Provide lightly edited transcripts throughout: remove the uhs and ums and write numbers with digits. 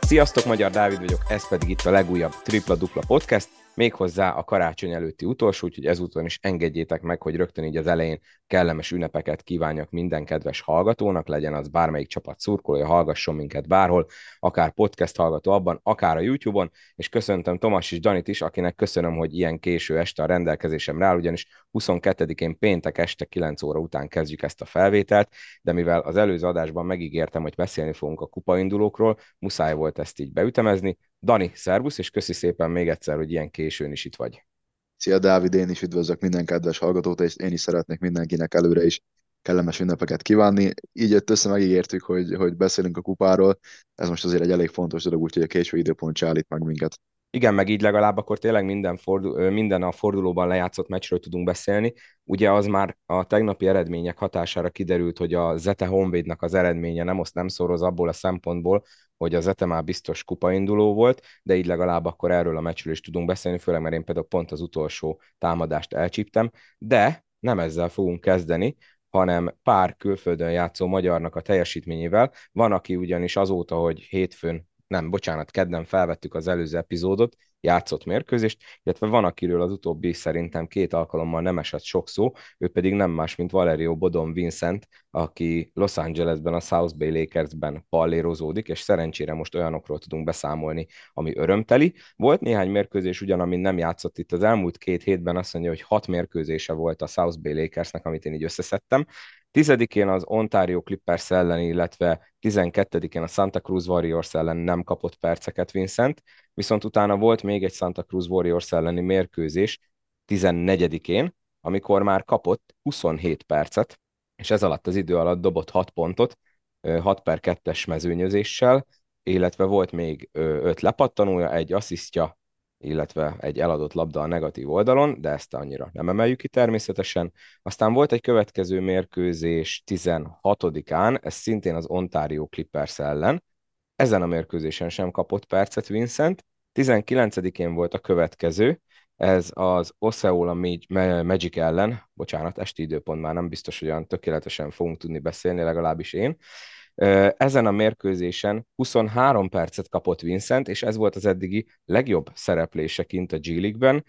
Sziasztok, Magyar Dávid vagyok, ez pedig itt a legújabb Tripla Dupla Podcast, méghozzá a karácsony előtti utolsó, úgyhogy ezúton is engedjétek meg, hogy rögtön így az elején kellemes ünnepeket kívánjak minden kedves hallgatónak, legyen az bármelyik csapat szurkolója, hallgasson minket bárhol, akár podcast hallgató abban, akár a YouTube-on, és köszöntöm Tomas és Danit is, akinek köszönöm, hogy ilyen késő este a rendelkezésemre áll, ugyanis 22-én péntek este 9 óra után kezdjük ezt a felvételt, de mivel az előző adásban megígértem, hogy beszélni fogunk a kupaindulókról, muszáj volt ezt így beütemezni. Dani, szervusz, és köszi szépen még egyszer, hogy ilyen későn is itt vagy. Szia Dávid, én is üdvözlök minden kedves hallgatót, és én is szeretnék mindenkinek előre is kellemes ünnepeket kívánni. Így jött össze, megígértük, hogy beszélünk a kupáról. Ez most azért egy elég fontos dolog, úgyhogy a késő időpont se állít meg minket. Igen, meg így legalább akkor tényleg minden a fordulóban lejátszott meccsről tudunk beszélni. Ugye az már a tegnapi eredmények hatására kiderült, hogy a Zete Honvédnak az eredménye nem szoroz abból a szempontból, hogy a Zete már biztos kupainduló volt, de így legalább akkor erről a meccsről is tudunk beszélni, főleg mert én például pont az utolsó támadást elcsíptem, de nem ezzel fogunk kezdeni, hanem pár külföldön játszó magyarnak a teljesítményével. Van, aki ugyanis azóta, hogy hétfőn nem, bocsánat, kedden felvettük az előző epizódot, játszott mérkőzést, illetve van, akiről az utóbbi szerintem 2 alkalommal nem esett sok szó, ő pedig nem más, mint Valerio Bodon Vincent, aki Los Angelesben, a South Bay Lakersben pallérozódik, és szerencsére most olyanokról tudunk beszámolni, ami örömteli. Volt néhány mérkőzés ugyan, amin nem játszott itt az elmúlt 2 hétben, azt mondja, hogy 6 mérkőzése volt a South Bay Lakersnek, amit én így összeszedtem. 10-én az Ontario Clippers ellen, illetve 12-én a Santa Cruz Warriors ellen nem kapott perceket Vincent, viszont utána volt még egy Santa Cruz Warriors elleni mérkőzés 14-én, amikor már kapott 27 percet, és ez alatt az idő alatt dobott 6 pontot, 6/2-es mezőnyözéssel, illetve volt még 5 lepattanója, egy asszisztja, illetve egy eladott labda a negatív oldalon, de ezt annyira nem emeljük ki természetesen. Aztán volt egy következő mérkőzés 16-án, ez szintén az Ontario Clippers ellen. Ezen a mérkőzésen sem kapott percet Vincent. 19-én volt a következő, ez az Osceola Magic ellen, bocsánat, esti időpont már nem biztos, hogy olyan tökéletesen fogunk tudni beszélni, legalábbis én. Ezen a mérkőzésen 23 percet kapott Vincent, és ez volt az eddigi legjobb szereplése kint a G League-ben.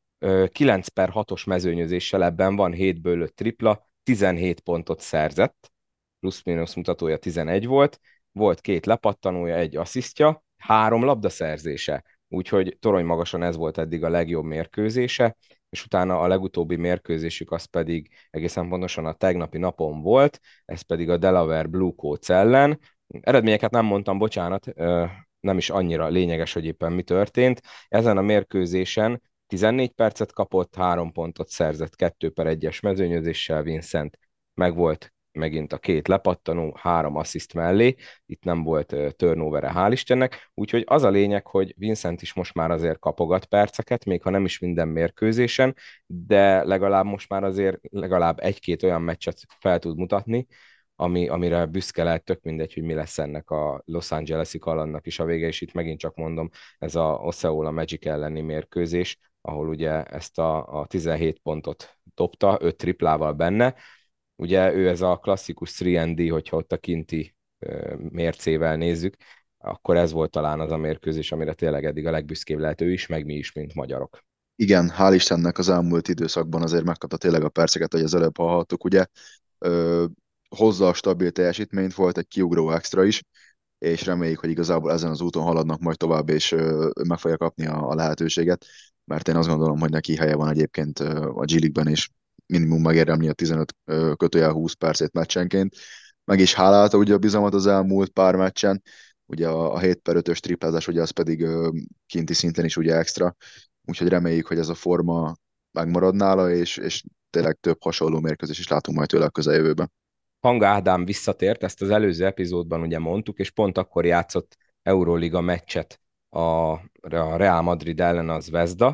9/6-os mezőnyözéssel ebben van 7-ből 5 tripla, 17 pontot szerzett, plusz-minusz mutatója 11 volt, volt 2 lepattanója, egy asszisztja, 3 labdaszerzése, úgyhogy torony magasan ez volt eddig a legjobb mérkőzése, és utána a legutóbbi mérkőzésük az pedig egészen pontosan a tegnapi napon volt, ez pedig a Delaware Blue Coats ellen. Eredményeket nem mondtam, bocsánat, nem is annyira lényeges, hogy éppen mi történt. Ezen a mérkőzésen 14 percet kapott, 3 pontot szerzett 2/1-es mezőnyözéssel Vincent, megvolt megint a 2 lepattanó, 3 assziszt mellé, itt nem volt turnover-e, hál' Istennek, úgyhogy az a lényeg, hogy Vincent is most már azért kapogat perceket, még ha nem is minden mérkőzésen, de legalább most már azért legalább 1-2 olyan meccset fel tud mutatni, amire büszke lehet, tök mindegy, hogy mi lesz ennek a Los Angeles-i kalandnak is a vége, és itt megint csak mondom, ez a Osceola Magic elleni mérkőzés, ahol ugye ezt a 17 pontot dobta, 5 triplával benne. Ugye ő ez a klasszikus 3D, hogyha ott a kinti mércével nézzük, akkor ez volt talán az a mérkőzés, amire tényleg eddig a legbüszkébb lehet ő is, meg mi is, mint magyarok. Igen, hál' Istennek az elmúlt időszakban azért megkapta tényleg a perceket, hogy az előbb hallhattuk, ugye ö, hozza a stabil teljesítményt, volt egy kiugró extra is, és reméljük, hogy igazából ezen az úton haladnak majd tovább, és meg fogja kapni a lehetőséget, mert én azt gondolom, hogy neki helye van egyébként a G League-ben, és minimum megérdemli a 15 kötőjel 20 percét meccsenként. Meg is hálálta ugye a bizalmat az elmúlt pár meccsen, ugye a 7/5-ös triplázás, ugye az pedig kinti szinten is ugye extra, úgyhogy reméljük, hogy ez a forma megmarad nála, és tényleg több hasonló mérkőzés is látunk majd tőle a közeljövőben. Hanga Ádám visszatért, ezt az előző epizódban ugye mondtuk, és pont akkor játszott Euróliga meccset a Real Madrid ellen az Zvezda.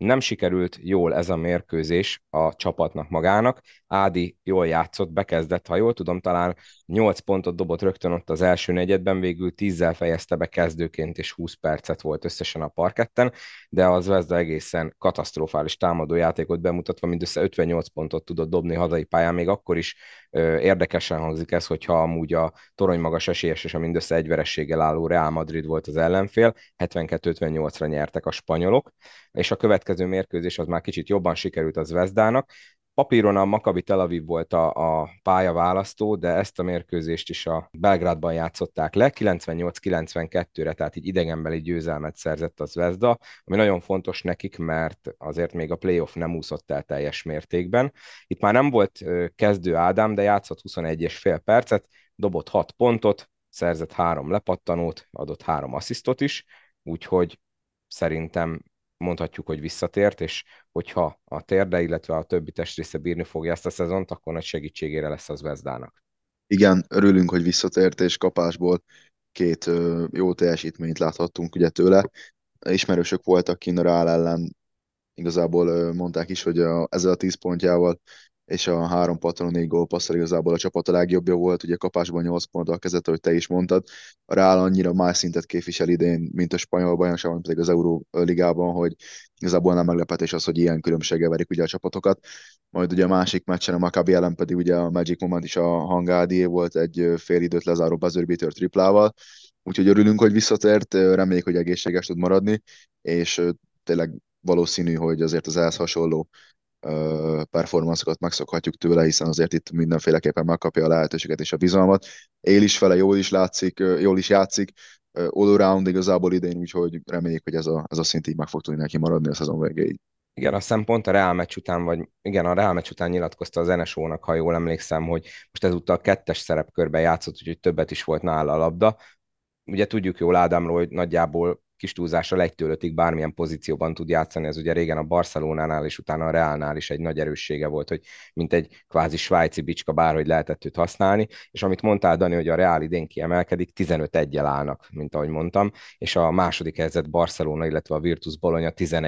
Nem sikerült jól ez a mérkőzés a csapatnak magának. Ádi jól játszott, bekezdett, ha jól tudom, talán 8 pontot dobott rögtön ott az első negyedben, végül 10-zel fejezte be kezdőként, és 20 percet volt összesen a parketten, de az Zvezda egészen katasztrofális támadójátékot bemutatva, mindössze 58 pontot tudott dobni hazai pályán, még akkor is érdekesen hangzik ez, hogyha amúgy a torony magas esélyes és a mindössze egy verességgel álló Real Madrid volt az ellenfél, 72-58-ra nyertek a spanyolok, és a következő mérkőzés az már kicsit jobban sikerült az Zvezdának. Papíron a Maccabi Tel Aviv volt a pályaválasztó, de ezt a mérkőzést is a Belgrádban játszották le, 98-92-re, tehát így idegenbeli győzelmet szerzett az Zvezda, ami nagyon fontos nekik, mert azért még a playoff nem úszott el teljes mértékben. Itt már nem volt kezdő Ádám, de játszott 21,5 percet, dobott 6 pontot, szerzett 3 lepattanót, adott 3 asszisztot is, úgyhogy szerintem mondhatjuk, hogy visszatért, és hogyha a térde, illetve a többi testrésze bírni fogja ezt a szezont, akkor nagy segítségére lesz az Vezdának. Igen, örülünk, hogy visszatért, és kapásból két jó teljesítményt láthattunk ugye tőle. Ismerősök voltak kint a Real ellen, igazából mondták is, hogy ezzel a 10 pontjával és a 3 pattanon 4 gólpasszal igazából a csapat a legjobbja volt, ugye kapásban 8 ponttal kezdett, ahogy te is mondtad. A Real annyira más szintet képvisel idén, mint a spanyol bajnokságban, pedig az Euróligában, hogy igazából nem meglepetés az, hogy ilyen különbséggel verik ugye a csapatokat. Majd ugye a másik meccsen a Maccabi ellen pedig ugye a Magic Moment is a Hangádié volt egy fél időt lezáró buzzer beater triplával, úgyhogy örülünk, hogy visszatért, reméljük, hogy egészséges tud maradni, és tényleg valószínű, hogy azért az ehhez hasonló performancokat megszokhatjuk tőle, hiszen azért itt mindenféleképpen megkapja a lehetőséget és a bizalmat. Él is vele, jól is látszik, jól is játszik, all around igazából idén, úgyhogy reméljük, hogy ez a szint így meg fog tudni neki maradni a szezon végéig. Igen, azt hiszem pont a Real meccs után, vagy igen, a Real meccs után nyilatkozta az NSO-nak, ha jól emlékszem, hogy most ezúttal kettes szerepkörben játszott, úgyhogy többet is volt nála a labda. Ugye tudjuk jól Ádámról, hogy nagyjából kis túlzással 1-5-ig bármilyen pozícióban tud játszani, ez ugye régen a Barcelonánál és utána a Realnál is egy nagy erőssége volt, hogy mint egy kvázi svájci bicska bárhogy lehetett őt használni, és amit mondtál, Dani, hogy a Real idén kiemelkedik, 15-1-jel állnak, mint ahogy mondtam, és a második helyzet Barcelona, illetve a Virtus Bologna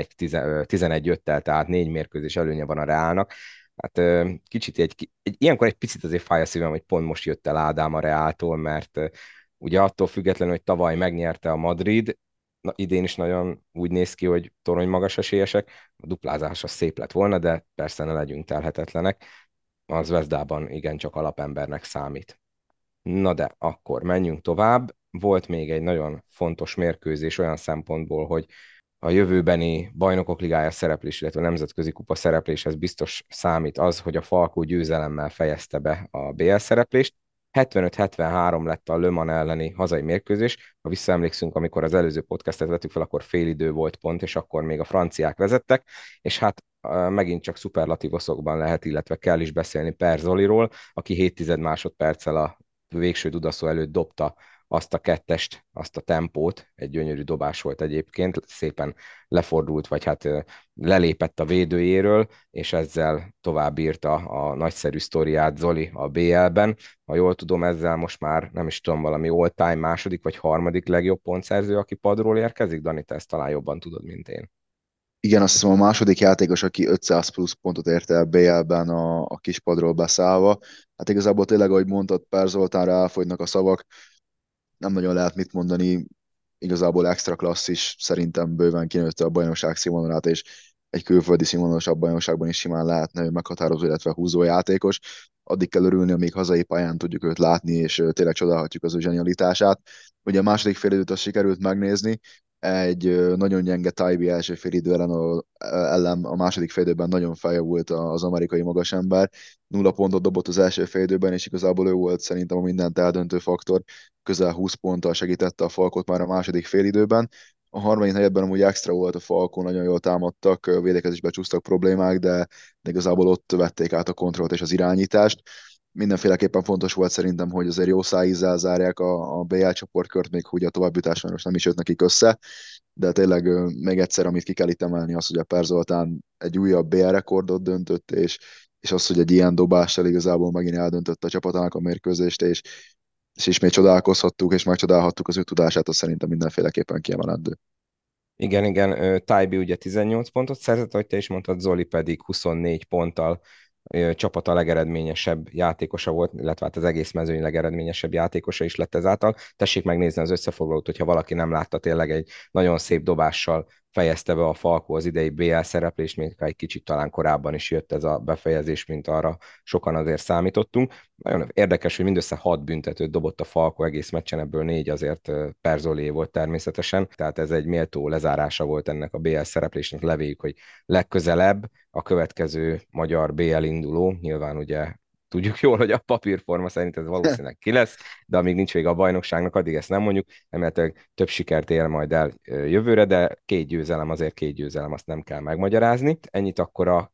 11-5-tel, tehát 4 mérkőzés előnye van a Realnak. Hát kicsit ilyenkor egy picit azért fáj a szívem, hogy pont most jött el Ádám a Reáltól, mert ugye attól függetlenül, hogy tavaly megnyerte a Madrid, idén is nagyon úgy néz ki, hogy torony magas esélyesek, a duplázás az szép lett volna, de persze ne legyünk telhetetlenek, az Vezdában igencsak alapembernek számít. Na de akkor menjünk tovább. Volt még egy nagyon fontos mérkőzés olyan szempontból, hogy a jövőbeni bajnokok ligája szereplés, illetve a nemzetközi kupa szerepléshez biztos számít az, hogy a Falkó győzelemmel fejezte be a BL szereplést. 75-73 lett a Le Mans elleni hazai mérkőzés. Ha visszaemlékszünk, amikor az előző podcastet vettük fel, akkor félidő volt pont, és akkor még a franciák vezettek, és hát megint csak szuperlatívoszokban lehet, illetve kell is beszélni Per Zoliról, aki 7 másodperccel a végső dudaszó előtt dobta azt a kettest, azt a tempót, egy gyönyörű dobás volt egyébként, szépen lefordult, vagy hát lelépett a védőjéről, és ezzel tovább írta a nagyszerű sztoriát Zoli a BL-ben. Ha jól tudom, ezzel most már nem is tudom, valami all-time második vagy harmadik legjobb pontszerző, aki padról érkezik. Dani, te ezt talán jobban tudod, mint én. Igen, azt hiszem a második játékos, aki 500 plusz pontot ért el BL-ben a kispadról beszállva. Hát igazából tényleg, ahogy mondtad, Per Zoltánra elfogynak a szavak, nem nagyon lehet mit mondani, igazából extra klasszis, szerintem bőven kinőtte a bajnokság színvonalát, és egy külföldi színvonalasabb bajnokságban is simán lehetne ő meghatározó, illetve húzó játékos. Addig kell örülni, amíg hazai pályán tudjuk őt látni, és tényleg csodálhatjuk az ő zsenialitását. Ugye a második félidőt azt sikerült megnézni, egy nagyon gyenge Taibi első félidő ellen a második félidőben nagyon feljavult az amerikai magasember. 0 pontot dobott az első félidőben, és igazából ő volt szerintem a mindent eldöntő faktor. Közel 20 ponttal segítette a Falkot már a második félidőben. A harmadik negyedben amúgy extra volt a Falkon, nagyon jól támadtak, védekezésbe csúsztak problémák, de igazából ott vették át a kontrollt és az irányítást. Mindenféleképpen fontos volt szerintem, hogy azért jó szájízzel zárják a BL csoportkört, még hogy a továbbjutásra most nem is jött nekik össze, de tényleg még egyszer, amit ki kell itt emelni, az, hogy a Per Zoltán egy újabb BL rekordot döntött, és az, hogy egy ilyen dobással igazából megint eldöntött a csapatának a mérkőzést, és ismét csodálkozhattuk, és megcsodálhattuk az ő tudását, az szerintem mindenféleképpen kiemelendő. Igen, igen, Taibi ugye 18 pontot szerzett, ahogy te is mondtad, Zoli pedig 24 ponttal csapata legeredményesebb játékosa volt, illetve hát az egész mezőny legeredményesebb játékosa is lett ezáltal. Tessék megnézni az összefoglalót, hogyha valaki nem látta, tényleg egy nagyon szép dobással fejezte be a Falkó az idei BL szereplést, még egy kicsit talán korábban is jött ez a befejezés, mint arra sokan azért számítottunk. Nagyon érdekes, hogy mindössze 6 büntetőt dobott a Falkó egész meccsen, ebből 4 azért Perzolé volt természetesen, tehát ez egy méltó lezárása volt ennek a BL szereplésnek, levéljük, hogy legközelebb a következő magyar BL induló, nyilván ugye tudjuk jól, hogy a papírforma szerint ez valószínűleg ki lesz, de amíg nincs vége a bajnokságnak, addig ezt nem mondjuk, remélhetőleg több sikert ér majd el jövőre, de két győzelem azért két győzelem, azt nem kell megmagyarázni. Ennyit akkor a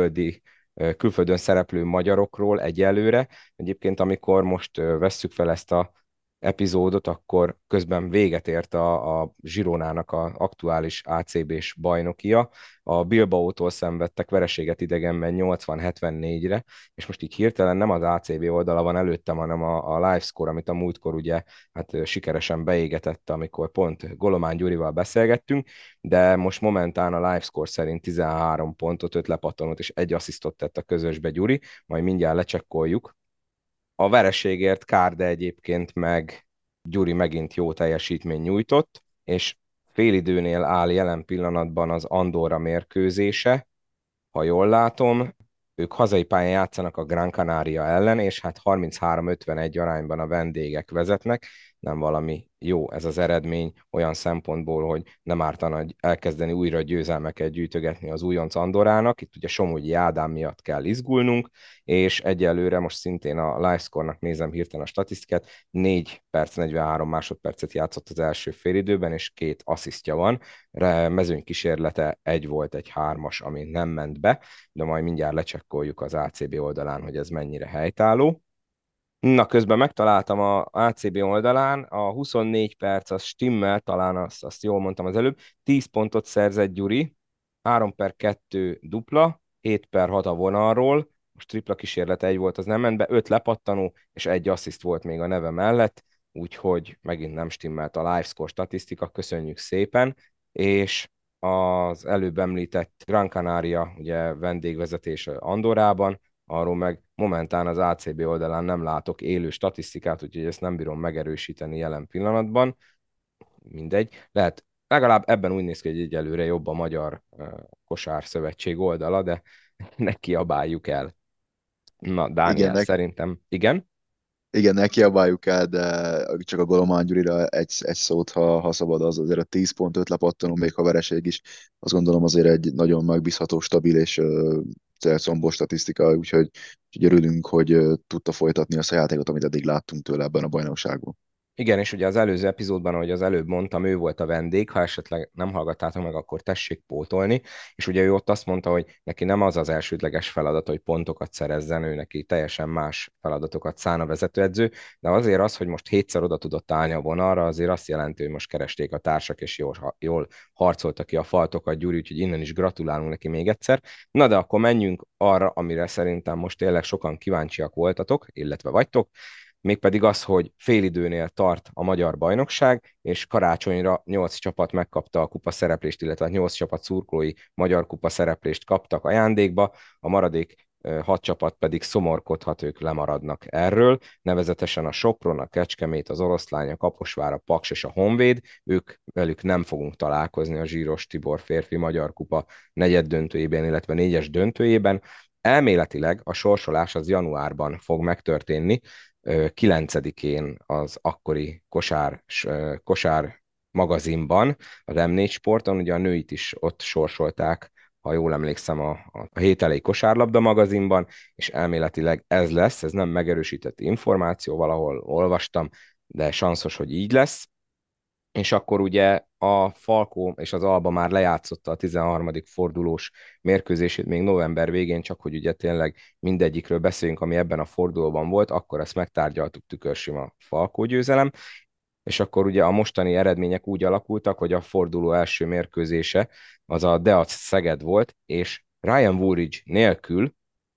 külföldön szereplő magyarokról egyelőre. Egyébként, amikor most vesszük fel ezt a epizódot, akkor közben véget ért a Zsironának az aktuális ACB-s bajnokia. A Bilbaótól szenvedtek vereséget idegenben 80-74-re, és most így hirtelen nem az ACB oldala van előttem, hanem a livescore, amit a múltkor ugye hát sikeresen beégetett, amikor pont Golomán Gyurival beszélgettünk, de most momentán a livescore szerint 13 pontot, 5 lepattanót és egy asszisztot tett a közösbe Gyuri, majd mindjárt lecsekkoljuk. A vereségért kár, de egyébként meg Gyuri megint jó teljesítmény nyújtott, és félidőnél áll jelen pillanatban az Andorra mérkőzése, ha jól látom, ők hazai pályán játszanak a Gran Canaria ellen, és hát 33-51 arányban a vendégek vezetnek. Nem valami jó ez az eredmény olyan szempontból, hogy nem ártana elkezdeni újra győzelmeket gyűjtögetni az újonc Andorának. Itt ugye Somogyi Ádám miatt kell izgulnunk, és egyelőre most szintén a livescore-nak nézem hirtelen a statisztikát, 4 perc 43 másodpercet játszott az első félidőben, és 2 asszisztja van. Mezőny kísérlete egy volt, egy hármas, ami nem ment be, de majd mindjárt lecsekkoljuk az ACB oldalán, hogy ez mennyire helytálló. Na, közben megtaláltam a ACB oldalán, a 24 perc az stimmel, talán azt jól mondtam az előbb, 10 pontot szerzett Gyuri, 3/2 dupla, 7/6 a vonalról, most tripla kísérlet egy volt, az nem ment be, 5 lepattanó, és egy assziszt volt még a neve mellett, úgyhogy megint nem stimmelt a livescore statisztika, köszönjük szépen, és az előbb említett Gran Canaria, ugye vendégvezetés Andorában, arról meg momentán az ACB oldalán nem látok élő statisztikát, úgyhogy ezt nem bírom megerősíteni jelen pillanatban. Mindegy. Lehet, legalább ebben úgy néz ki, hogy egyelőre jobb a Magyar Kosár Szövetség oldala, de ne kiabáljuk el. Na, Igen, Dániel, szerintem igen. igen, ne kiabáljuk el, de csak a Golomán Gyurira egy szót, ha szabad, az azért a 10 pont 5 lepattanó, még ha vereség is, azt gondolom azért egy nagyon megbízható, stabil és célszombos statisztika, úgyhogy örülünk, hogy tudta folytatni azt a játékot, amit eddig láttunk tőle ebben a bajnokságban. Igen, és ugye az előző epizódban, ahogy az előbb mondtam, ő volt a vendég, ha esetleg nem hallgattátok meg, akkor tessék pótolni, és ugye ő ott azt mondta, hogy neki nem az az elsődleges feladat, hogy pontokat szerezzen, ő neki teljesen más feladatokat szán a vezetőedző, de azért az, hogy most hétszer oda tudott állni a vonalra, azért azt jelenti, hogy most keresték a társak, és jól harcolta ki a faltokat Gyuri, úgyhogy innen is gratulálunk neki még egyszer. Na de akkor menjünk arra, amire szerintem most tényleg sokan kíváncsiak voltatok, illetve vagytok, mégpedig az, hogy félidőnél tart a magyar bajnokság, és karácsonyra 8 csapat megkapta a kupa szereplést, illetve 8 csapat szurkolói magyar kupa szereplést kaptak ajándékba, a maradék 6 csapat pedig szomorkodhat, ők lemaradnak erről, nevezetesen a Sopron, a Kecskemét, az Oroszlány, a Kaposvár, a Paks és a Honvéd, ők velük nem fogunk találkozni a Zsíros Tibor férfi magyar kupa negyed döntőjében, illetve négyes döntőjében. Elméletileg a sorsolás az januárban fog megtörténni, 9-én az akkori kosár magazinban, az M4 Sporton, ugye a nőit is ott sorsolták, ha jól emlékszem, a hét elejé kosárlabda magazinban, és elméletileg ez lesz, ez nem megerősített információ, valahol olvastam, de sanszos, hogy így lesz. És akkor ugye a Falkó és az Alba már lejátszotta a 13. fordulós mérkőzését még november végén, csak hogy ugye tényleg mindegyikről beszéljünk, ami ebben a fordulóban volt, akkor ezt megtárgyaltuk, tükörsima Falkó győzelem, és akkor ugye a mostani eredmények úgy alakultak, hogy a forduló első mérkőzése az a Deac Szeged volt, és Ryan Woolridge nélkül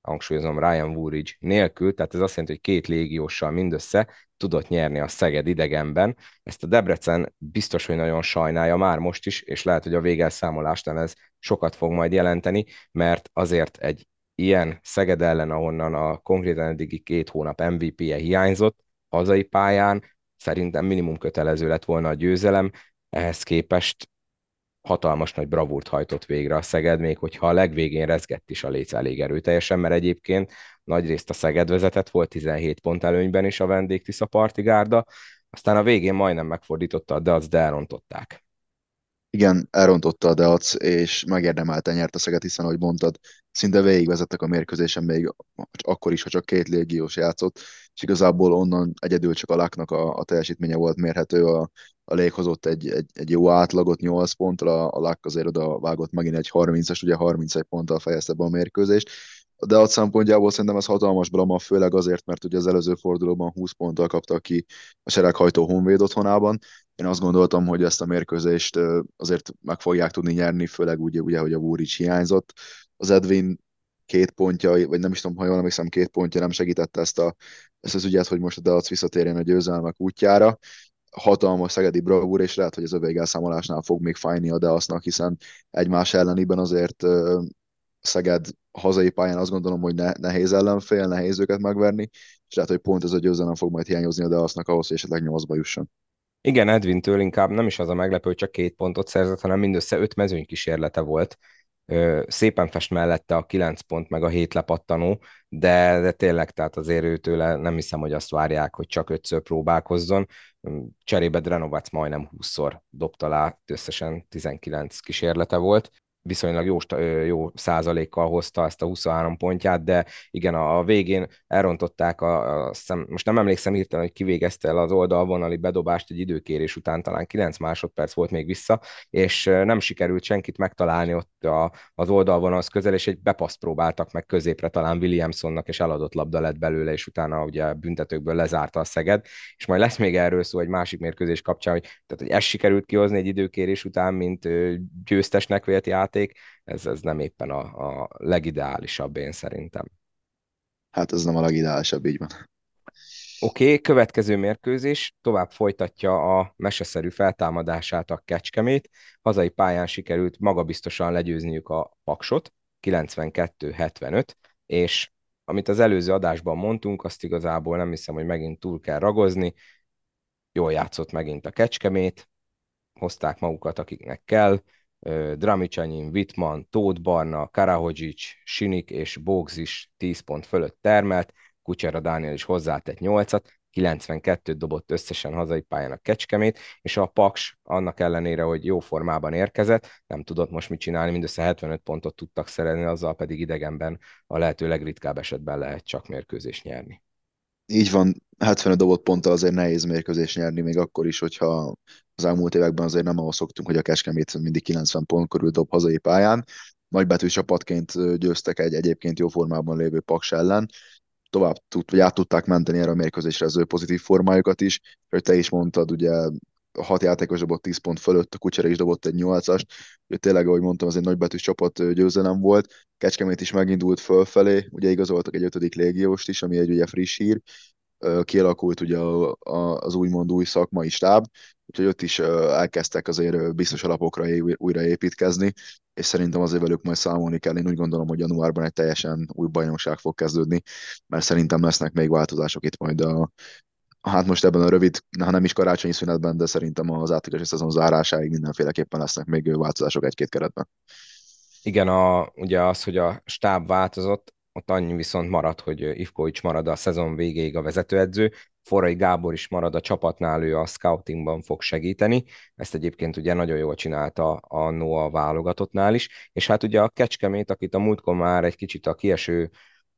hangsúlyozom Ryan Woolridge nélkül, tehát ez azt jelenti, hogy két légióssal mindössze tudott nyerni a Szeged idegenben. Ezt a Debrecen biztos, hogy nagyon sajnálja már most is, és lehet, hogy a végelszámolásnál ez sokat fog majd jelenteni, mert azért egy ilyen Szeged ellen, ahonnan a konkrétan eddigi 2 hónap MVP-je hiányzott, hazai pályán szerintem minimum kötelező lett volna a győzelem, ehhez képest hatalmas nagy bravúrt hajtott végre a Szeged, még hogyha a legvégén rezgett is a léc elég erőteljesen, mert egyébként nagyrészt a Szeged vezetett, volt 17 pont előnyben is a vendég Tisza Partigárda, aztán a végén majdnem megfordította, de azt elrontották. Igen, elrontotta a Deac, és megérdemelten nyert a Szeged, hiszen, ahogy mondtad, szinte végigvezettek a mérkőzésen, még akkor is, ha csak két légiós játszott, és igazából onnan egyedül csak a Láknak a teljesítménye volt mérhető, a Lég hozott egy jó átlagot 8 pontra, a Lák azért oda vágott megint egy 30-as, ugye 31 ponttal fejezte be a mérkőzést, de a szempontjából szerintem ez hatalmas blama, főleg azért, mert ugye az előző fordulóban 20 ponttal kapta ki a sereghajtó Honvéd otthonában. Én azt gondoltam, hogy ezt a mérkőzést azért meg fogják tudni nyerni, főleg ugye hogy a Vúrics hiányzott. Az Edwin 2 pontja, vagy nem is tudom, ha jól emlékszem, 2 pontja nem segítette ezt az ügyet, hogy most a Deac visszatérjen a győzelmek útjára. Hatalmas szegedi bravúr, és lehet, hogy ez a végelszámolásnál fog még fájni a Deacnak, hiszen egymás elleniben azért Szeged hazai pályán azt gondolom, hogy nehéz ellenfél, nehéz őket megverni, és lehet, hogy pont ez a győzelem fog majd hiányozni a Deacnak ahhoz, hogy esetleg 8-ba jusson. Igen, Edwintől inkább nem is az a meglepő, hogy csak 2 pontot szerzett, hanem mindössze 5 mezőnykísérlete volt. Szépen fest mellette a 9 pont, meg a 7 lepattanó, de tényleg, tehát azért őtőle nem hiszem, hogy azt várják, hogy csak 5-ször próbálkozzon. Cserébe Drenovac majdnem 20-szor dobta le, összesen 19 kísérlete volt. Viszonylag jó százalékkal hozta ezt a 23 pontját, de igen, a végén elrontották most nem emlékszem hirtelen, hogy kivégezte el az oldalvonali bedobást egy időkérés után, talán 9 másodperc volt még vissza, és nem sikerült senkit megtalálni ott az oldalvonalhoz közel, és egy bepaszt próbáltak meg középre talán Williamsonnak, és eladott labda lett belőle, és utána ugye büntetőkből lezárta a Szeged, és majd lesz még erről szó egy másik mérkőzés kapcsán, hogy ezt sikerült kihozni egy időkérés után, mint győztesnek vélt játék, ez nem éppen a legideálisabb, én szerintem. Hát ez nem a legideálisabb, így van. Oké, következő mérkőzés tovább folytatja a meseszerű feltámadását a Kecskemét. Hazai pályán sikerült magabiztosan legyőzniük a Paksot, 92-75, és amit az előző adásban mondtunk, azt igazából nem hiszem, hogy megint túl kell ragozni. Jól játszott megint a Kecskemét, hozták magukat, akiknek kell. Dramicsanyin, Wittmann, Tóth Barna, Karahodzic, Sinik és Bogz is 10 pont fölött termelt, Kucsera Dániel is hozzátett 8-at, 92-t dobott összesen hazai pályán a Kecskemét, és a Paks annak ellenére, hogy jó formában érkezett, nem tudott most mit csinálni, mindössze 75 pontot tudtak szerezni, azzal pedig idegenben a lehető legritkább esetben lehet csak mérkőzést nyerni. Így van, 75 dobott ponttal azért nehéz mérkőzés nyerni, még akkor is, hogyha az elmúlt években azért nem ahhoz szoktunk, hogy a Kecskemét mindig 90 pont körül dob hazai pályán. Nagybetű csapatként győztek egy egyébként jó formában lévő Paks ellen, vagy át tudták menteni erre a mérkőzésre az ő pozitív formájukat is, hogy te is mondtad, ugye a 6 játékos dobott 10 pont fölött, a Kucsera is dobott egy 8-ast, hogy tényleg, ahogy mondtam, az egy nagybetűs csapat győzelem volt. Kecskemét is megindult fölfelé, ugye igazoltak egy 5. légióst is, ami egy ugye friss hír, kialakult ugye az úgymond új szakmai stáb, úgyhogy ott is elkezdtek azért biztos alapokra újra építkezni, és szerintem azért velük majd számolni kell. Én úgy gondolom, hogy januárban egy teljesen új bajnokság fog kezdődni, mert szerintem lesznek még változások itt majd hát most ebben a rövid, ha nem is karácsonyi szünetben, de szerintem az átigazolási szezon zárásáig mindenféleképpen lesznek még változások egy-két keretben. Igen, ugye az, hogy a stáb változott, ott annyi viszont maradt, hogy Ivkovics marad a szezon végéig a vezetőedző, Forrai Gábor is marad a csapatnál, ő a scoutingban fog segíteni, ezt egyébként ugye nagyon jól csinálta a Noah válogatottnál is, és hát ugye a Kecskemét, akit a múltkor már egy kicsit a kieső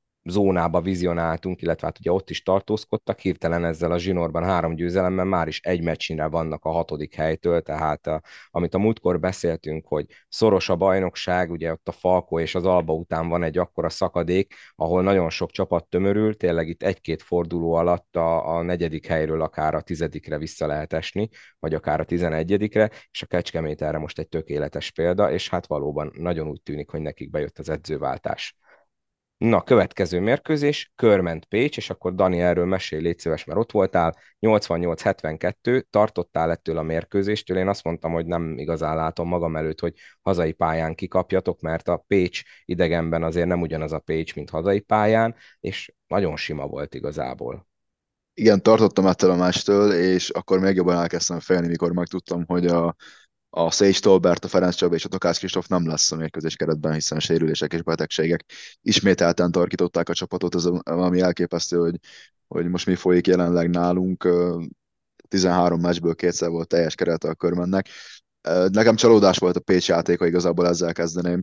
zónába vizionáltunk, illetve hát ugye ott is tartózkodtak, hirtelen ezzel a zsinórban 3 győzelemmel már is egy meccsnyire vannak a 6. helytől, tehát amit a múltkor beszéltünk, hogy szoros a bajnokság, ugye ott a Falko és az Alba után van egy akkora szakadék, ahol nagyon sok csapat tömörül, tényleg itt egy-két forduló alatt a 4. helyről akár a 10-re vissza lehet esni, vagy akár a 11-re, és a Kecskemét erre most egy tökéletes példa, és hát valóban nagyon úgy tűnik, hogy nekik bejött az edzőváltás. Na, következő mérkőzés, Körment-Pécs, és akkor Dani, erről mesélj, légy szíves, mert ott voltál, 88-72, tartottál ettől a mérkőzéstől, én azt mondtam, hogy nem igazán látom magam előtt, hogy hazai pályán kikapjatok, mert a Pécs idegenben azért nem ugyanaz a Pécs, mint hazai pályán, és nagyon sima volt igazából. Igen, tartottam ettől a meccstől, és akkor még jobban elkezdtem félni, mikor megtudtam, hogy a Szécs Tolbert, a Ferenc Csaba és a Takács Kristóf nem lesz a mérkőzés keretben, hiszen sérülések és betegségek ismételten tarkították a csapatot, ez valami elképesztő, hogy most mi folyik jelenleg nálunk. 13 meccsből kétszer volt teljes kerete a körmennek. Nekem csalódás volt a Pécs játéka, igazából ezzel kezdeném.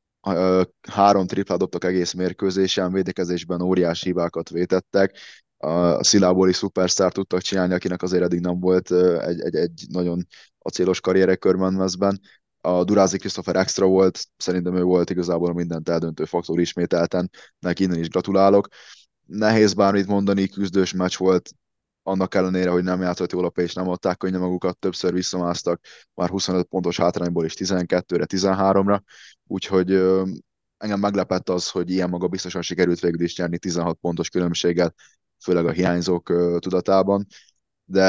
Három triplát dobtak egész mérkőzésen, védekezésben óriási hibákat vétettek. A Szilábori szupersztár tudtak csinálni, akinek azért eddig nem volt egy nagyon acélos karriere Körmenmezben. A Durázi Christopher extra volt, szerintem ő volt igazából mindent eldöntő faktor ismételten, neki innen is gratulálok. Nehéz bármit mondani, küzdős meccs volt, annak ellenére, hogy nem játszott jól a Pécs, nem adták könnyen magukat, többször visszamásztak, már 25 pontos hátrányból is 12-re, 13-ra, úgyhogy engem meglepett az, hogy ilyen maga biztosan sikerült végül is nyerni 16 pontos különbséggel, főleg a hiányzók tudatában, de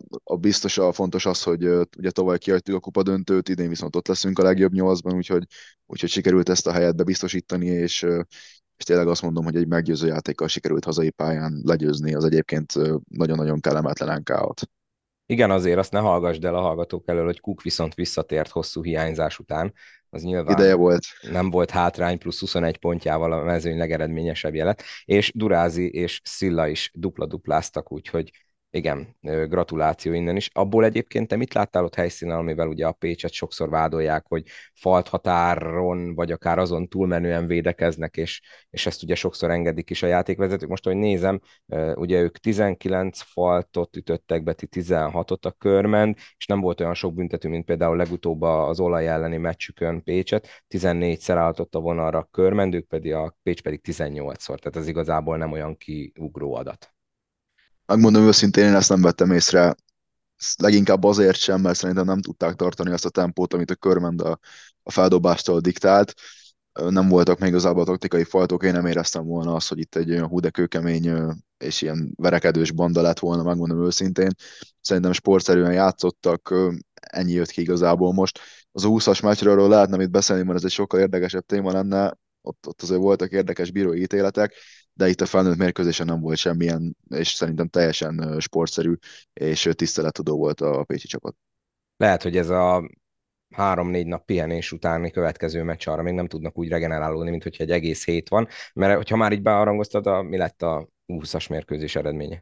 a fontos az, hogy ugye tavaly kihagytuk a kupadöntőt, idén viszont ott leszünk a legjobb nyolcban, úgyhogy sikerült ezt a helyet bebiztosítani, és tényleg azt mondom, hogy egy meggyőző játékkal sikerült hazai pályán legyőzni az egyébként nagyon-nagyon kellemetlen NK-ot. Igen, azért azt ne hallgassd el a hallgatók elől, hogy Cook viszont visszatért hosszú hiányzás után. Az Ideje nyilván volt. nem volt hátrány, plusz 21 pontjával a mezőny legeredményesebb jelet, és Durázi és Szilla is dupla-dupláztak, úgyhogy igen, gratuláció innen is. Abból egyébként te mit láttál ott helyszínen, amivel ugye a Pécset sokszor vádolják, hogy falt határon, vagy akár azon túlmenően védekeznek, és ezt ugye sokszor engedik is a játékvezetők. Most, hogy nézem, ugye ők 19 faltot ütöttek be, ti 16-ot a körment, és nem volt olyan sok büntető, mint például legutóbb az olaj elleni meccsükön Pécset, 14-szer álltott a vonalra a körment, a Pécs pedig 18-szor, tehát ez igazából nem olyan kiugró adat. Megmondom őszintén, én ezt nem vettem észre, leginkább azért sem, mert szerintem nem tudták tartani azt a tempót, amit a körmend a feldobástól diktált. Nem voltak még igazából a taktikai fajtok, én nem éreztem volna azt, hogy itt egy olyan hú de kőkemény és ilyen verekedős banda lett volna, megmondom őszintén. Szerintem sportszerűen játszottak, ennyi jött ki igazából most. Az a 20-as meccsről lehetne itt beszélni, mert ez egy sokkal érdekesebb téma lenne, ott azért voltak érdekes bírói ítéletek, de itt a felnőtt mérkőzésen nem volt semmilyen, és szerintem teljesen sportszerű és tisztelettudó volt a pécsi csapat. Lehet, hogy ez a 3-4 nap pihenés utáni következő meccs arra még nem tudnak úgy regenerálódni, mint hogyha egy egész hét van, mert hogyha már így bearangoztad, mi lett a 20-as mérkőzés eredménye?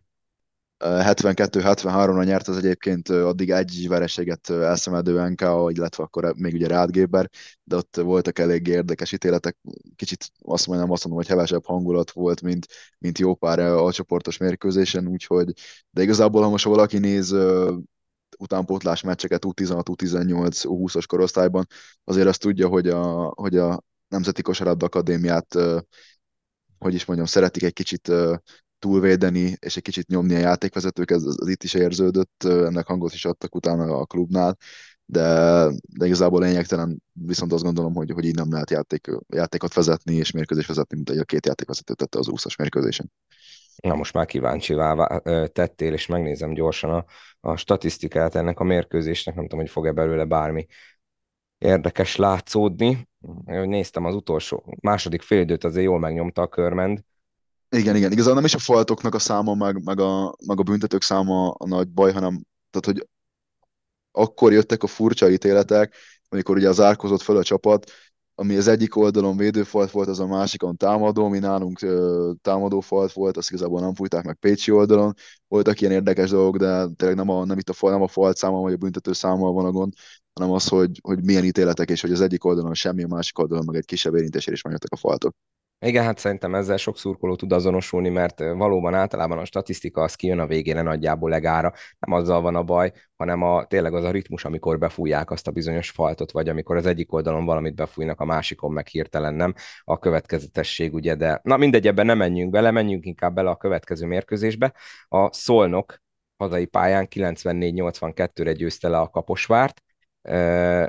72-73-ra nyert az egyébként addig egy vereséget elszenvedő NK, illetve akkor még ugye Rád Géber, de ott voltak elég érdekes ítéletek, kicsit azt mondom, hogy hevesebb hangulat volt, mint jó pár alcsoportos mérkőzésen, úgyhogy, de igazából, ha most valaki néz utánpótlás meccseket U16, U18, U20-as korosztályban, azért azt tudja, hogy a Nemzeti Kosarabda Akadémiát hogy is mondjam, szeretik egy kicsit túlvédeni, és egy kicsit nyomni a játékvezetők, ez itt is érződött, ennek hangot is adtak utána a klubnál, de igazából lényegtelen, viszont azt gondolom, hogy így nem lehet játékot vezetni és mérkőzést vezetni, mint egy a két játékvezető tette az 20-as mérkőzésen. Na most már kíváncsivá tettél, és megnézem gyorsan a statisztikát ennek a mérkőzésnek, nem tudom, hogy fog-e belőle bármi érdekes látszódni. Hogy néztem az utolsó, második félidőt azért jól megnyomta a körmend. Igen, igen, igazából nem is a faltoknak a száma, meg a büntetők száma a nagy baj, hanem tehát, hogy akkor jöttek a furcsa ítéletek, amikor ugye az árkozott fel a csapat, ami az egyik oldalon védőfalt volt, az a másikon támadó, mi nálunk támadófalt volt, azt igazából nem fújták meg Pécsi oldalon. Voltak ilyen érdekes dolgok, de tényleg nem itt a fal, nem a falt száma, vagy a büntető számmal van a gond, hanem az, hogy milyen ítéletek, és hogy az egyik oldalon semmi, a másik oldalon meg egy kisebb érintésére is megjöttek a faltok. Igen, hát szerintem ezzel sok szurkoló tud azonosulni, mert valóban általában a statisztika az kijön a végére nagyjából legára. Nem azzal van a baj, hanem tényleg az a ritmus, amikor befújják azt a bizonyos faltot, vagy amikor az egyik oldalon valamit befújnak, a másikon meg hirtelen nem. A következetesség, ugye, de na mindegy, ebben nem menjünk bele, menjünk inkább bele a következő mérkőzésbe. A Szolnok hazai pályán 94-82-re győzte le a Kaposvárt.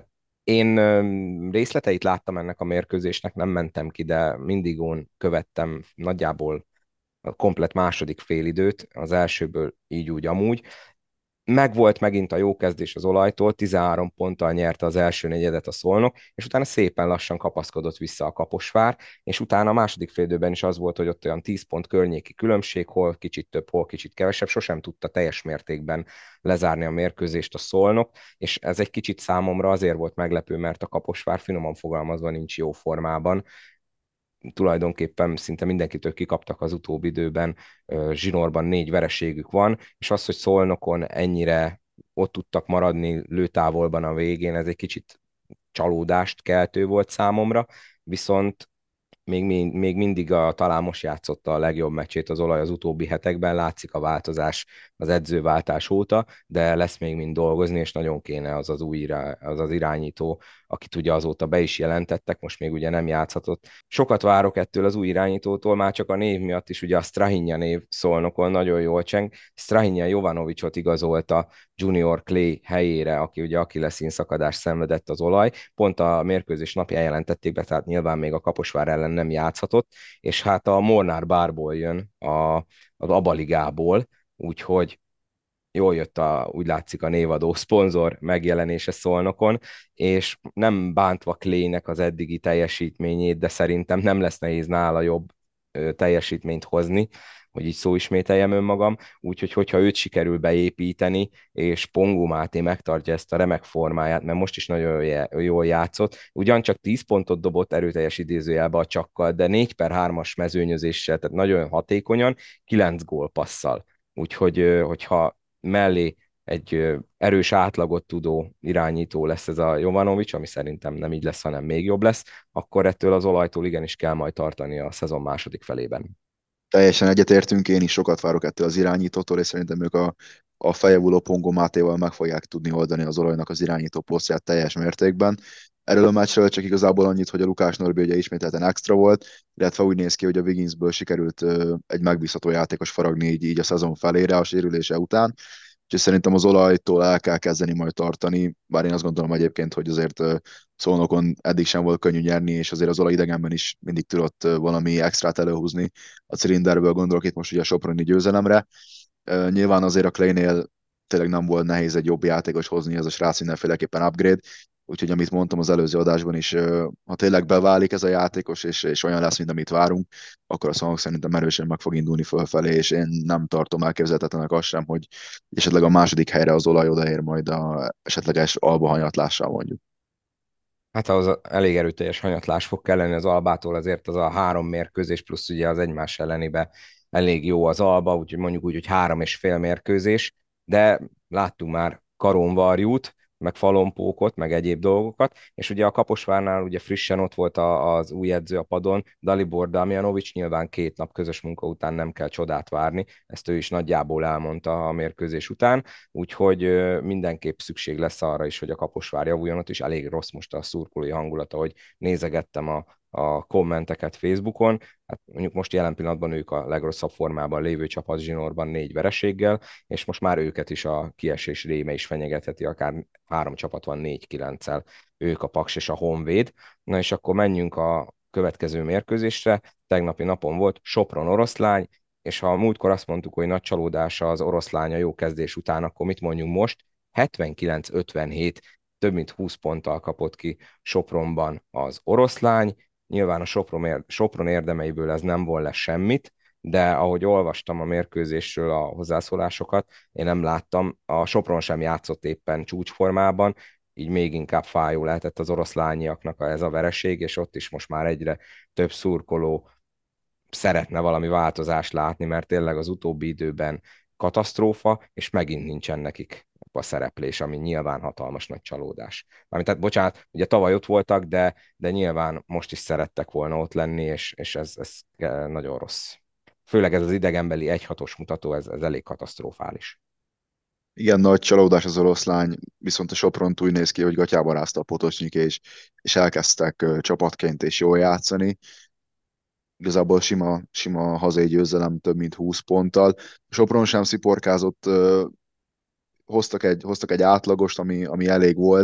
Én részleteit láttam ennek a mérkőzésnek, nem mentem ki, de mindigón követtem nagyjából a komplet második félidőt, az elsőből így úgy amúgy. Megvolt megint a jó kezdés az Olajtól, 13 ponttal nyerte az első negyedet a Szolnok, és utána szépen lassan kapaszkodott vissza a Kaposvár, és utána a második félidőben is az volt, hogy ott olyan 10 pont környéki különbség, hol kicsit több, hol kicsit kevesebb, sosem tudta teljes mértékben lezárni a mérkőzést a Szolnok, és ez egy kicsit számomra azért volt meglepő, mert a Kaposvár finoman fogalmazva nincs jó formában, tulajdonképpen szinte mindenkitől kikaptak az utóbbi időben, zsinórban 4 vereségük van, és az, hogy Szolnokon ennyire ott tudtak maradni lőtávolban a végén, ez egy kicsit csalódást keltő volt számomra, viszont még mindig talán most játszotta a legjobb meccsét az Olaj az utóbbi hetekben, látszik a változás az edzőváltás óta, de lesz még mind dolgozni, és nagyon kéne az irányító, akit ugye azóta be is jelentettek, most még ugye nem játszhatott. Sokat várok ettől az új irányítótól, már csak a név miatt is, ugye a Strahinja név Szolnokon nagyon jól cseng. Strahinja Jovanovicsot igazolta Junior Clay helyére, aki ugye Achilles szakadást szenvedett az Olaj. Pont a mérkőzés napján jelentették be, tehát nyilván még a Kaposvár ellen nem játszhatott, és hát a Molnár Bárból jön az Abaligából, úgyhogy jól jött úgy látszik a névadó szponzor megjelenése Szolnokon, és nem bántva Klének az eddigi teljesítményét, de szerintem nem lesz nehéz nála jobb teljesítményt hozni, hogy így szóismételjem önmagam, úgyhogy hogyha őt sikerül beépíteni, és Pongó Máté megtartja ezt a remek formáját, mert most is nagyon jól játszott, ugyancsak 10 pontot dobott erőteljes idézőjelbe a csakkal, de 4 per 3-as mezőnyözéssel, tehát nagyon hatékonyan, 9 gólpasszal. Úgyhogy, hogyha mellé egy erős átlagot tudó irányító lesz ez a Jovanovics, ami szerintem nem így lesz, hanem még jobb lesz, akkor ettől az Olajtól igenis kell majd tartani a szezon második felében. Teljesen egyetértünk, én is sokat várok ettől az irányítótól, és szerintem ők a fejevuló Pongó Mátéval meg fogják tudni oldani az Olajnak az irányító posztját teljes mértékben. Erről a meccsről csak igazából annyit, hogy a Lukás Norbi ugye ismételten extra volt, illetve úgy néz ki, hogy a Wigginsből sikerült egy megbízható játékos faragni így a szezon felére a sérülése után. Úgyhogy szerintem az Olajtól el kell kezdeni majd tartani, bár én azt gondolom egyébként, hogy azért Szolnokon eddig sem volt könnyű nyerni, és azért az Olaj idegenben is mindig tudott valami extrát előhúzni a cilinderből, gondolok itt most ugye a soproni győzelemre. Nyilván azért a Claynél tényleg nem volt nehéz egy jobb játékos hozni, ez a srác mindenféleképpen upgrade, úgyhogy amit mondtam az előző adásban is, ha tényleg beválik ez a játékos, és olyan lesz, mint amit várunk, akkor a Szolnok szerintem erősen meg fog indulni fölfelé, és én nem tartom elképzelhetetlenek azt sem, hogy esetleg a második helyre az Olaj odaér majd a esetleges alba hanyatlással mondjuk. Hát az elég erőteljes hanyatlás fog kelleni az Albától, azért az a 3 mérkőzés plusz ugye az egymás ellenibe elég jó az Alba, úgyhogy mondjuk úgy, hogy 3,5 mérkőzés, de láttunk már Karonvarjút, meg Falompókot, meg egyéb dolgokat, és ugye a Kaposvárnál ugye frissen ott volt az új edző a padon, Dalibor Damjanovic, nyilván 2 nap közös munka után nem kell csodát várni, ezt ő is nagyjából elmondta a mérkőzés után, úgyhogy mindenképp szükség lesz arra is, hogy a Kaposvár javuljon, ott is elég rossz most a szurkolói hangulata, hogy nézegettem a kommenteket Facebookon, hát mondjuk most jelen pillanatban ők a legrosszabb formában lévő csapat zsinórban 4 vereséggel, és most már őket is a kiesés réme is fenyegetheti, akár 3 csapat van 4-9-el, ők a Paks és a Honvéd. Na és akkor menjünk a következő mérkőzésre, tegnapi napon volt Sopron oroszlány, és ha múltkor azt mondtuk, hogy nagy csalódása az oroszlány a jó kezdés után, akkor mit mondjunk most? 79-57, több mint 20 ponttal kapott ki Sopronban az oroszlány. Nyilván a Sopron érdemeiből ez nem volna semmit, de ahogy olvastam a mérkőzésről a hozzászólásokat, én nem láttam, a Sopron sem játszott éppen csúcsformában, így még inkább fájó lehetett az oroszlányiaknak ez a vereség, és ott is most már egyre több szurkoló szeretne valami változást látni, mert tényleg az utóbbi időben katasztrófa, és megint nincsen nekik a szereplés, ami nyilván hatalmas nagy csalódás. Mármint, tehát bocsánat, ugye tavaly ott voltak, de nyilván most is szerettek volna ott lenni, és ez nagyon rossz. Főleg ez az idegenbeli 1-6-os mutató, ez elég katasztrofális. Igen, nagy csalódás az oroszlány, viszont a Sopron úgy néz ki, hogy gatyába rázta a Potosnyik, és elkezdtek csapatként és jól játszani. Igazából sima hazai győzelem több mint 20 ponttal. Sopron sem sziporkázott, hoztak egy átlagost, ami elég volt.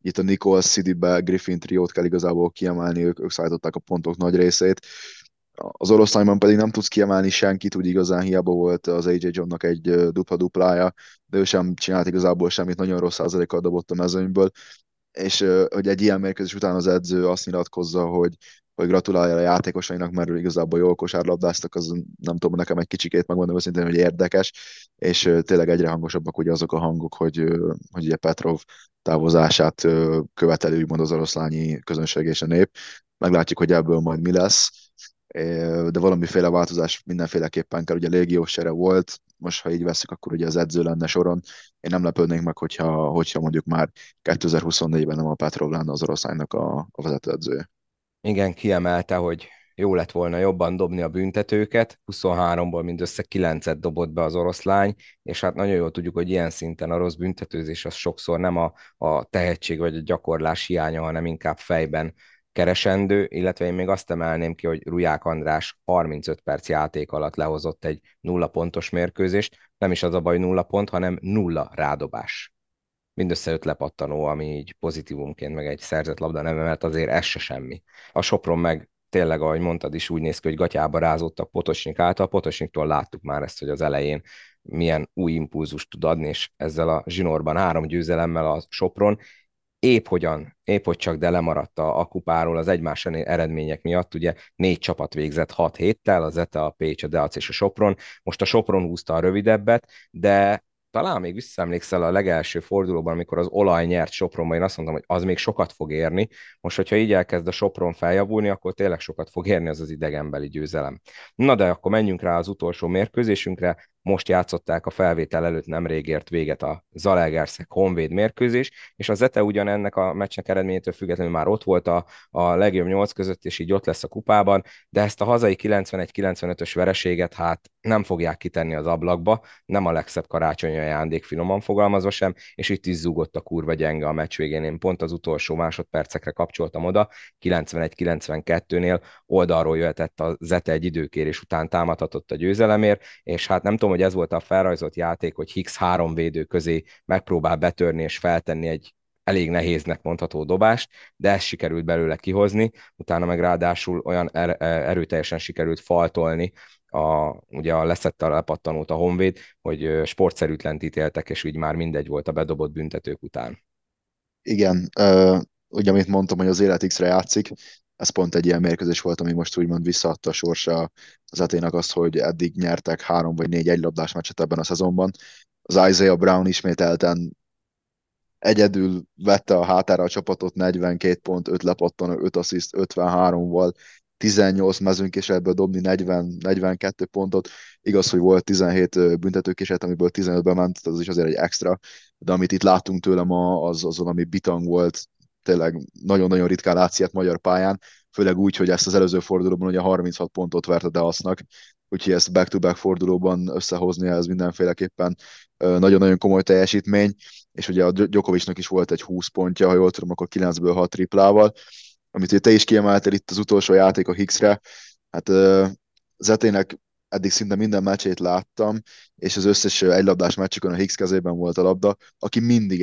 Itt a Nichols, Sidibe, Griffin triót kell igazából kiemelni, ők szállították a pontok nagy részét. Az oroszlányban pedig nem tudsz kiemelni senkit, úgy igazán hiába volt az AJ Johnnak egy dupla-duplája, de ő sem csinált igazából semmit, nagyon rossz százalékkal dobott a mezőnyből, és hogy egy ilyen mérkőzés után az edző azt nyilatkozza, hogy gratulálja a játékosainak, mert igazából jól kosárlabdáztak, az nem tudom, nekem egy kicsikét megmondom őszintén, hogy érdekes, és tényleg egyre hangosabbak ugye azok a hangok, hogy ugye Petrov távozását követeli úgymond az oroszlányi közönség és a nép. Meglátjuk, hogy ebből majd mi lesz, de valamiféle változás mindenféleképpen kell. Ugye légiós sere volt, most ha így veszük, akkor ugye az edző lenne soron. Én nem lepődnék meg, hogyha mondjuk már 2024-ben nem a Petrov lenne az oroszlánynak a vezetőedzője. Igen, kiemelte, hogy jó lett volna jobban dobni a büntetőket, 23-ból mindössze 9-et dobott be az oroszlány, és hát nagyon jól tudjuk, hogy ilyen szinten a rossz büntetőzés az sokszor nem a tehetség vagy a gyakorlás hiánya, hanem inkább fejben keresendő, illetve én még azt emelném ki, hogy Ruják András 35 perc játék alatt lehozott egy nulla pontos mérkőzést, nem is az a baj nulla pont, hanem nulla rádobás. Mindössze 5 lepattanó, ami így pozitívumként meg egy szerzett labda nem emelt, azért ez se semmi. A Sopron meg tényleg, ahogy mondtad is, úgy néz ki, hogy gatyába rázódtak Potosnyik által. Potosnyiktól láttuk már ezt, hogy az elején milyen új impulzust tud adni, és ezzel a zsinórban 3 győzelemmel a Sopron épp hogy csak, de lemaradt a kupáról az egymás eredmények miatt. Ugye 4 csapat végzett 6 héttel, az ETA, a Pécs, a Deac és a Sopron. Most a Sopron húzta a rövidebbet, de talán még visszaemlékszel a legelső fordulóban, amikor az olaj nyert Sopronban, én azt mondtam, hogy az még sokat fog érni. Most, hogyha így elkezd a Sopron feljavulni, akkor tényleg sokat fog érni az idegenbeli győzelem. Na de akkor menjünk rá az utolsó mérkőzésünkre. Most játszották a felvétel előtt, nemrég ért véget a Zalaegerszeg Honvéd mérkőzés, és az ETE ugyan ennek a meccsnek eredményétől függetlenül már ott volt a legjobb 8 között, és így ott lesz a kupában, de ezt a hazai 91-95-ös vereséget hát nem fogják kitenni az ablakba, nem a legszebb karácsonyi ajándék, finoman fogalmazva sem, és itt is zúgott a kurva gyenge a meccs végén. Én pont az utolsó másodpercekre kapcsoltam oda, 91-92-nél oldalról jöhetett a Zete egy időkérés után támadhatott a győzelemért, és hát nem tudom, hogy ez volt a felrajzolt játék, hogy Higgs 3 védő közé megpróbál betörni és feltenni egy elég nehéznek mondható dobást, de ezt sikerült belőle kihozni, utána meg ráadásul olyan erőteljesen sikerült faltolni ugye a leszette a lepattanót a Honvéd, hogy sportszerűtlent ítéltek, és úgy már mindegy volt a bedobott büntetők után. Igen, ugye amit mondtam, hogy az élet X-re játszik, ez pont egy ilyen mérkőzés volt, ami most úgymond visszaadta a sorsa az Etének azt, hogy eddig nyertek 3 vagy 4 egylabdás meccset ebben a szezonban. Az Isaiah Brown ismételten egyedül vette a hátára a csapatot 42 pont, 5 lepattanó, 5 assziszt, 53-val, 18 mezőnykísérletből dobni 40-42 pontot. Igaz, hogy volt 17 büntetőkísérlet, amiből 15 bement, az is azért egy extra, de amit itt láttunk tőle ma, az valami bitang volt, tényleg nagyon-nagyon ritkán látsz ilyet magyar pályán, főleg úgy, hogy ezt az előző fordulóban ugye 36 pontot vert a Deasznak, úgyhogy ezt back-to-back fordulóban összehozni, ez mindenféleképpen nagyon-nagyon komoly teljesítmény, és ugye a Djokovicnak is volt egy 20 pontja, ha jól tudom, akkor 9-ből 6 triplával, amit ugye te is kiemeltél itt az utolsó játék a Hicksre, hát Zetének eddig szinte minden meccsét láttam, és az összes egylabdás meccsükön a Hicks kezében volt a labda, aki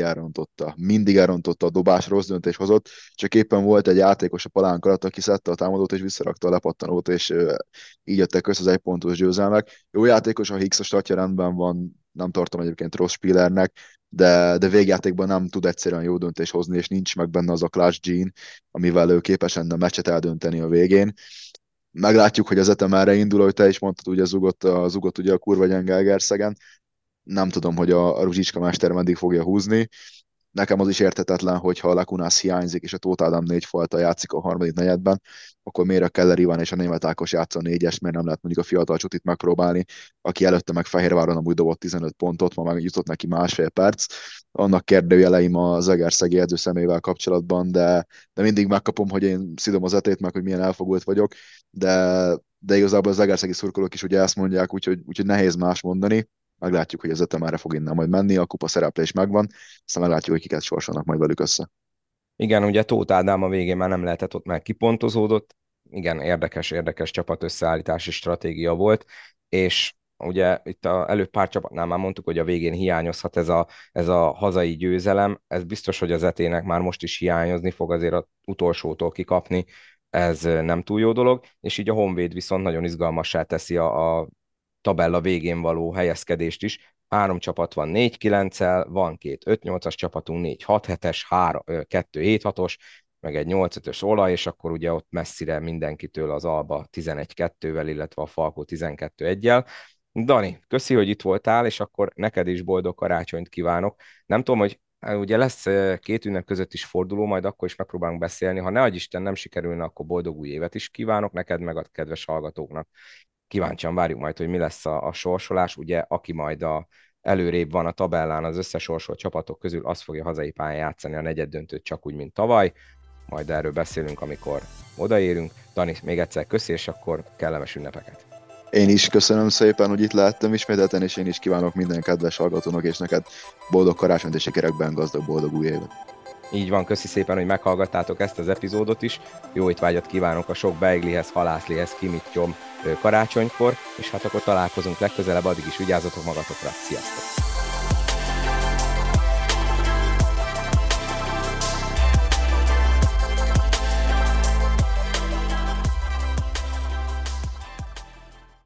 mindig elrontotta a dobás, rossz döntés hozott, csak éppen volt egy játékos a palánk alatt, aki szedte a támadót és visszarakta a lepattanót, és így jöttek össze az egypontos győzelmek. Jó játékos, a Hicks a statja rendben van, nem tartom egyébként rossz spielernek, de végjátékban nem tud egyszerűen jó döntés hozni, és nincs meg benne az a clutch gene, amivel ő képes lenne a meccset eldönteni a végén. Meglátjuk, hogy az etem erre indul, ahogy te is mondtad, ugye zugott ugye a kurva gyenge Egerszegen. Nem tudom, hogy a Ruzsicska mester meddig fogja húzni. Nekem az is érthetetlen, hogy ha a Lekunász hiányzik, és a Tóth Ádám 4 falta játszik a harmadik negyedben, akkor miért a Keller Iván és a Németh Ákos játsza a 4-es, miért nem lehet mondjuk a fiatal csutit megpróbálni, aki előtte meg Fehérváron amúgy dobott 15 pontot, ma meg jutott neki másfél perc. Annak kérdőjeleim az Egerszegi edző személyével kapcsolatban, de mindig megkapom, hogy én szidom az etét, meg hogy milyen elfogult vagyok, de igazából az Egerszegi szurkolók is ugye ezt mondják, úgyhogy nehéz más mondani. Meglátjuk, hogy az ötem erre fog innen majd menni, a kupa szereplés megvan, aztán meglátjuk, hogy kiket sorsolnak majd velük össze. Igen, ugye Tóth Ádám a végén már nem lehetett, ott már kipontozódott. Igen, érdekes csapat összeállítási stratégia volt, és ugye itt előbb pár csapatnál már mondtuk, hogy a végén hiányozhat ez a hazai győzelem, ez biztos, hogy az etének már most is hiányozni fog, azért az utolsótól kikapni, ez nem túl jó dolog, és így a Honvéd viszont nagyon izgalmassá teszi a tabella végén való helyezkedést is. 3 csapat van 4-9-el, van 2 5-8-as csapatunk, 4 6-7-es, 2 7-6-os, meg egy 8-5-ös olaj, és akkor ugye ott messzire mindenkitől az Alba 11-2-vel, illetve a Falkó 12-1-jel. Dani, köszi, hogy itt voltál, és akkor neked is boldog karácsonyt kívánok. Nem tudom, hogy ugye lesz 2 ünnep között is forduló, majd akkor is megpróbálunk beszélni. Ha ne adj Isten nem sikerülne, akkor boldog új évet is kívánok neked, meg a kedves hallgatóknak. Kíváncsian várjuk majd, hogy mi lesz a sorsolás. Ugye, aki majd előrébb van a tabellán az összesorsolt csapatok közül, az fogja hazai pályán játszani a negyeddöntőt csak úgy, mint tavaly. Majd erről beszélünk, amikor odaérünk. Dani, még egyszer köszi, és akkor kellemes ünnepeket. Én is köszönöm szépen, hogy itt lehettem ismételten, és én is kívánok minden kedves hallgatónak, és neked boldog karácsonyt és sikerekben gazdag boldog új évet. Így van, köszi szépen, hogy meghallgattátok ezt az epizódot is. Jó étvágyat kívánok a sok beiglihez, halászlihez, kimittyom karácsonykor, és hát akkor találkozunk legközelebb, addig is vigyázzatok magatokra. Sziasztok!